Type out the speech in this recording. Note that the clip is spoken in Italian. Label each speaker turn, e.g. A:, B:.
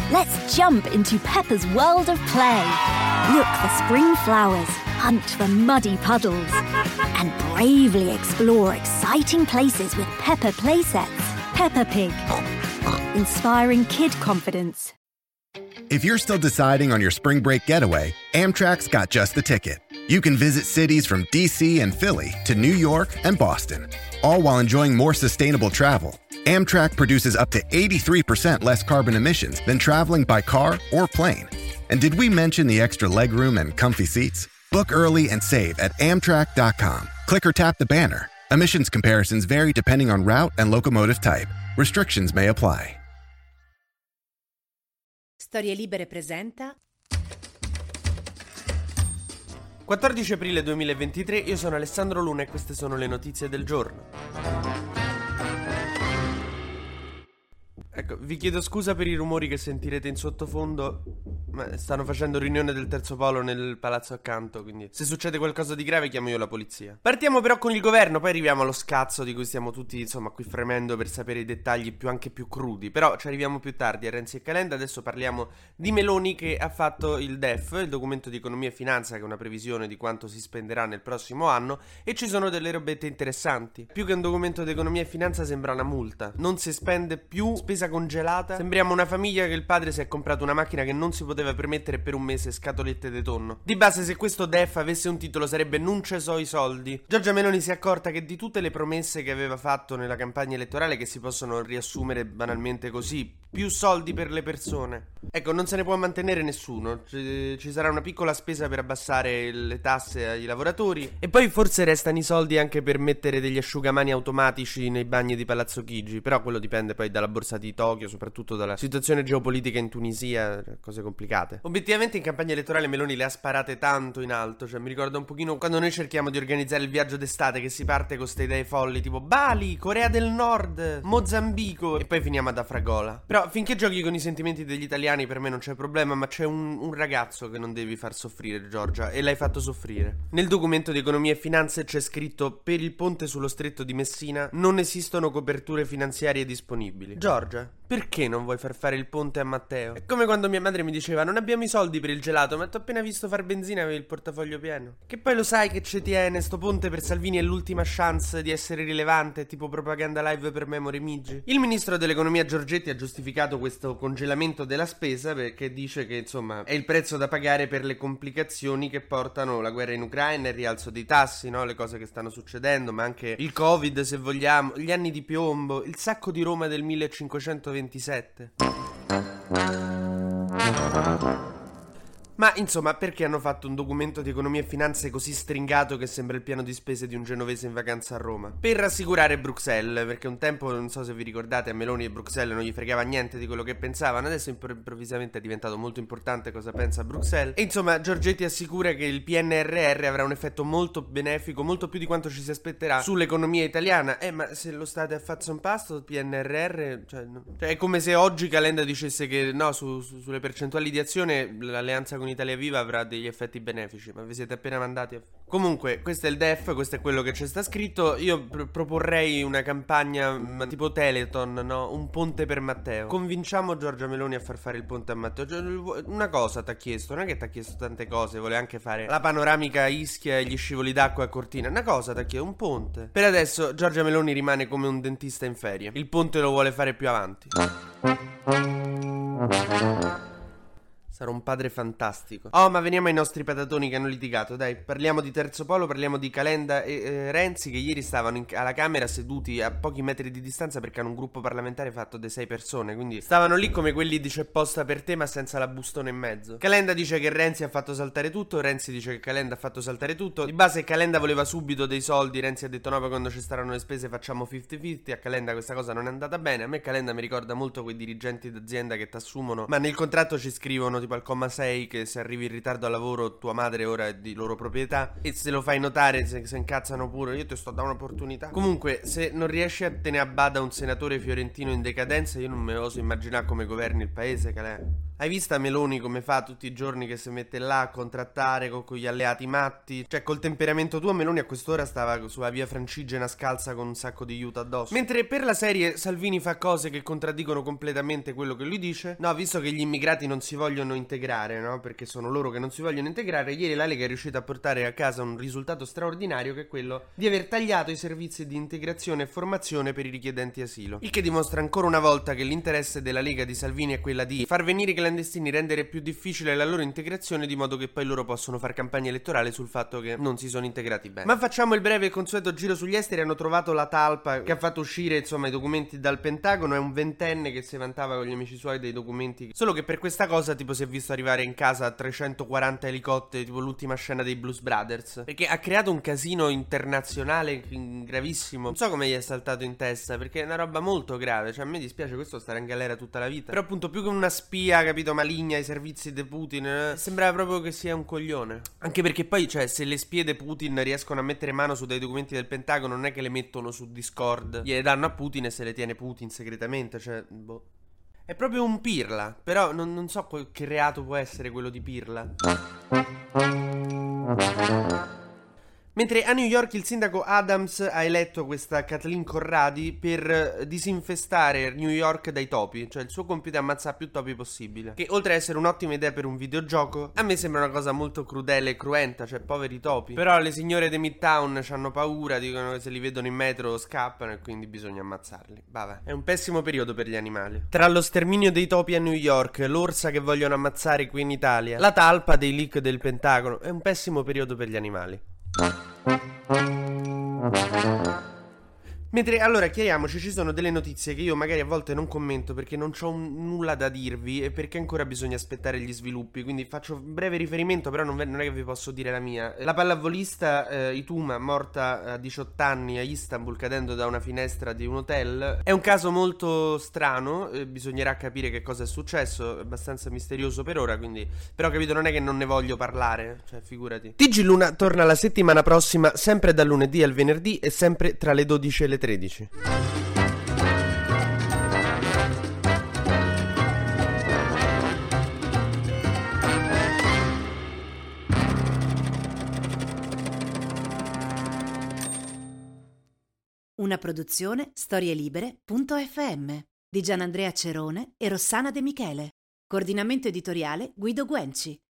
A: Let's jump into Peppa's world of play. Look for spring flowers, hunt for muddy puddles, and bravely explore exciting places with Peppa playsets. Peppa Pig, inspiring kid confidence.
B: If you're still deciding on your spring break getaway, Amtrak's got just the ticket. You can visit cities from D.C. and Philly to New York and Boston, all while enjoying more sustainable travel. Amtrak produces up to 83% less carbon emissions than traveling by car or plane. And did we mention the extra legroom and comfy seats? Book early and save at Amtrak.com. Click or tap the banner. Emissions comparisons vary depending on route and locomotive type. Restrictions may apply.
C: Storie Libere presenta
D: 14 aprile 2023, io sono Alessandro Luna e queste sono le notizie del giorno. Ecco, vi chiedo scusa per i rumori che sentirete in sottofondo, ma stanno facendo riunione del terzo polo nel palazzo accanto, quindi se succede qualcosa di grave chiamo io la polizia. Partiamo però con il governo, poi arriviamo allo scazzo di cui stiamo tutti, insomma, qui fremendo per sapere i dettagli anche più crudi. Però ci arriviamo più tardi a Renzi e Calenda. Adesso parliamo di Meloni, che ha fatto il DEF, il documento di economia e finanza, che è una previsione di quanto si spenderà nel prossimo anno, e ci sono delle robette interessanti. Più che un documento di economia e finanza sembra una multa. Non si spende più, spesa congelata. Sembriamo una famiglia che il padre si è comprato una macchina che non si poteva permettere per un mese, scatolette di tonno. Di base, se questo DEF avesse un titolo sarebbe "Non ce so i soldi". Giorgia Meloni si è accorta che di tutte le promesse che aveva fatto nella campagna elettorale, che si possono riassumere banalmente così: più soldi per le persone, ecco, non se ne può mantenere nessuno. Ci sarà una piccola spesa per abbassare le tasse ai lavoratori, e poi forse restano i soldi anche per mettere degli asciugamani automatici nei bagni di Palazzo Chigi. Però quello dipende poi dalla borsa di Tokyo, soprattutto dalla situazione geopolitica in Tunisia, cose complicate. Obiettivamente in campagna elettorale Meloni le ha sparate tanto in alto. Cioè, mi ricorda un pochino quando noi cerchiamo di organizzare il viaggio d'estate, che si parte con queste idee folli tipo Bali, Corea del Nord, Mozambico, e poi finiamo ad Afragola. Però finché giochi con i sentimenti degli italiani per me non c'è problema, ma c'è un ragazzo che non devi far soffrire, Giorgia, e l'hai fatto soffrire. Nel documento di economia e finanze c'è scritto: per il ponte sullo stretto di Messina non esistono coperture finanziarie disponibili. Giorgia, perché non vuoi far fare il ponte a Matteo? È come quando mia madre mi diceva: non abbiamo i soldi per il gelato, ma t'ho appena visto far benzina e avevi il portafoglio pieno. Che poi lo sai che ci tiene, sto ponte per Salvini è l'ultima chance di essere rilevante, tipo propaganda live per Memory Migi. Il ministro dell'economia Giorgetti ha giustificato questo congelamento della spesa perché dice che, insomma, è il prezzo da pagare per le complicazioni che portano la guerra in Ucraina, il rialzo dei tassi, no? Le cose che stanno succedendo, ma anche il Covid, se vogliamo, gli anni di piombo, il sacco di Roma del 1527. Ma insomma, perché hanno fatto un documento di economia e finanze così stringato che sembra il piano di spese di un genovese in vacanza a Roma? Per rassicurare Bruxelles, perché un tempo, non so se vi ricordate, a Meloni e Bruxelles non gli fregava niente di quello che pensavano. Adesso improvvisamente è diventato molto importante cosa pensa Bruxelles. E insomma, Giorgetti assicura che il PNRR avrà un effetto molto benefico, molto più di quanto ci si aspetterà, sull'economia italiana. Ma se lo state a fazzo un pasto, il PNRR, cioè è come se oggi Calenda dicesse che no, sulle percentuali di azione l'alleanza con Italia Viva avrà degli effetti benefici, ma vi siete appena mandati a... Comunque, questo è il DEF, questo è quello che c'è sta scritto. Io proporrei una campagna tipo Teleton, no? Un ponte per Matteo. Convinciamo Giorgia Meloni a far fare il ponte a Matteo. Una cosa t'ha chiesto, non è che t'ha chiesto tante cose, vuole anche fare la panoramica a Ischia e gli scivoli d'acqua a Cortina. Una cosa t'ha chiesto, un ponte. Per adesso Giorgia Meloni rimane come un dentista in ferie. Il ponte lo vuole fare più avanti. Sarò un padre fantastico. Oh, ma veniamo ai nostri patatoni che hanno litigato. Dai, parliamo di terzo polo, parliamo di Calenda e Renzi, che ieri stavano alla Camera seduti a pochi metri di distanza perché hanno un gruppo parlamentare fatto di 6 persone. Quindi stavano lì come quelli di "c'è posta per te", ma senza la bustona in mezzo. Calenda dice che Renzi ha fatto saltare tutto, Renzi dice che Calenda ha fatto saltare tutto. Di base Calenda voleva subito dei soldi, Renzi ha detto no, poi quando ci saranno le spese facciamo 50-50. A Calenda questa cosa non è andata bene. A me Calenda mi ricorda molto quei dirigenti d'azienda che t'assumono, ma nel contratto ci scrivono tipo al comma 6 che se arrivi in ritardo al lavoro tua madre ora è di loro proprietà, e se lo fai notare se incazzano pure. Io ti sto dando un'opportunità. Comunque, se non riesci a tenere a bada un senatore fiorentino in decadenza, io non me lo oso immaginare come governi il paese, Calè. Hai vista Meloni come fa tutti i giorni, che si mette là a contrattare con gli alleati matti? Cioè, col temperamento tuo Meloni a quest'ora stava sulla via Francigena scalza con un sacco di aiuto addosso. Mentre per la serie Salvini fa cose che contraddicono completamente quello che lui dice. No, visto che gli immigrati non si vogliono integrare, no? Perché sono loro che non si vogliono integrare, ieri la Lega è riuscita a portare a casa un risultato straordinario, che è quello di aver tagliato i servizi di integrazione e formazione per i richiedenti asilo. Il che dimostra ancora una volta che l'interesse della Lega di Salvini è quella di far venire i clandestini, rendere più difficile la loro integrazione, di modo che poi loro possono fare campagna elettorale sul fatto che non si sono integrati bene. Ma facciamo il breve e consueto giro sugli esteri. Hanno trovato la talpa che ha fatto uscire insomma i documenti dal Pentagono. È un ventenne che si vantava con gli amici suoi dei documenti, solo che per questa cosa tipo si è visto arrivare in casa 340 elicotteri, tipo l'ultima scena dei Blues Brothers, perché ha creato un casino internazionale gravissimo. Non so come gli è saltato in testa, perché è una roba molto grave. Cioè a me dispiace questo stare in galera tutta la vita, però appunto più che una spia, capito, maligna ai servizi di Putin, sembrava proprio che sia un coglione. Anche perché poi, cioè, se le spie di Putin riescono a mettere mano su dei documenti del Pentagono, non è che le mettono su Discord, gliele danno a Putin e se le tiene Putin segretamente. Cioè, boh, è proprio un pirla. Però non so che reato può essere quello di pirla. Mentre a New York il sindaco Adams ha eletto questa Kathleen Corradi per disinfestare New York dai topi. Cioè il suo compito è ammazzare più topi possibile, che oltre ad essere un'ottima idea per un videogioco, a me sembra una cosa molto crudele e cruenta. Cioè poveri topi. Però le signore di Midtown hanno paura, dicono che se li vedono in metro scappano e quindi bisogna ammazzarli. Vabbè, è un pessimo periodo per gli animali. Tra lo sterminio dei topi a New York, l'orsa che vogliono ammazzare qui in Italia, la talpa dei leak del Pentagono, è un pessimo periodo per gli animali. Mentre, allora, chiariamoci, ci sono delle notizie che io magari a volte non commento perché non c'ho nulla da dirvi e perché ancora bisogna aspettare gli sviluppi, quindi faccio un breve riferimento, però non è che vi posso dire la mia. La pallavolista Ituma, morta a 18 anni a Istanbul cadendo da una finestra di un hotel, è un caso molto strano, bisognerà capire che cosa è successo, è abbastanza misterioso per ora, quindi, però capito, non è che non ne voglio parlare, cioè figurati. TG Luna torna la settimana prossima, sempre dal lunedì al venerdì e sempre tra le 12 e le 13.
C: Una produzione storielibere.fm di Gianandrea Cerone e Rossana De Michele. Coordinamento editoriale Guido Guenci.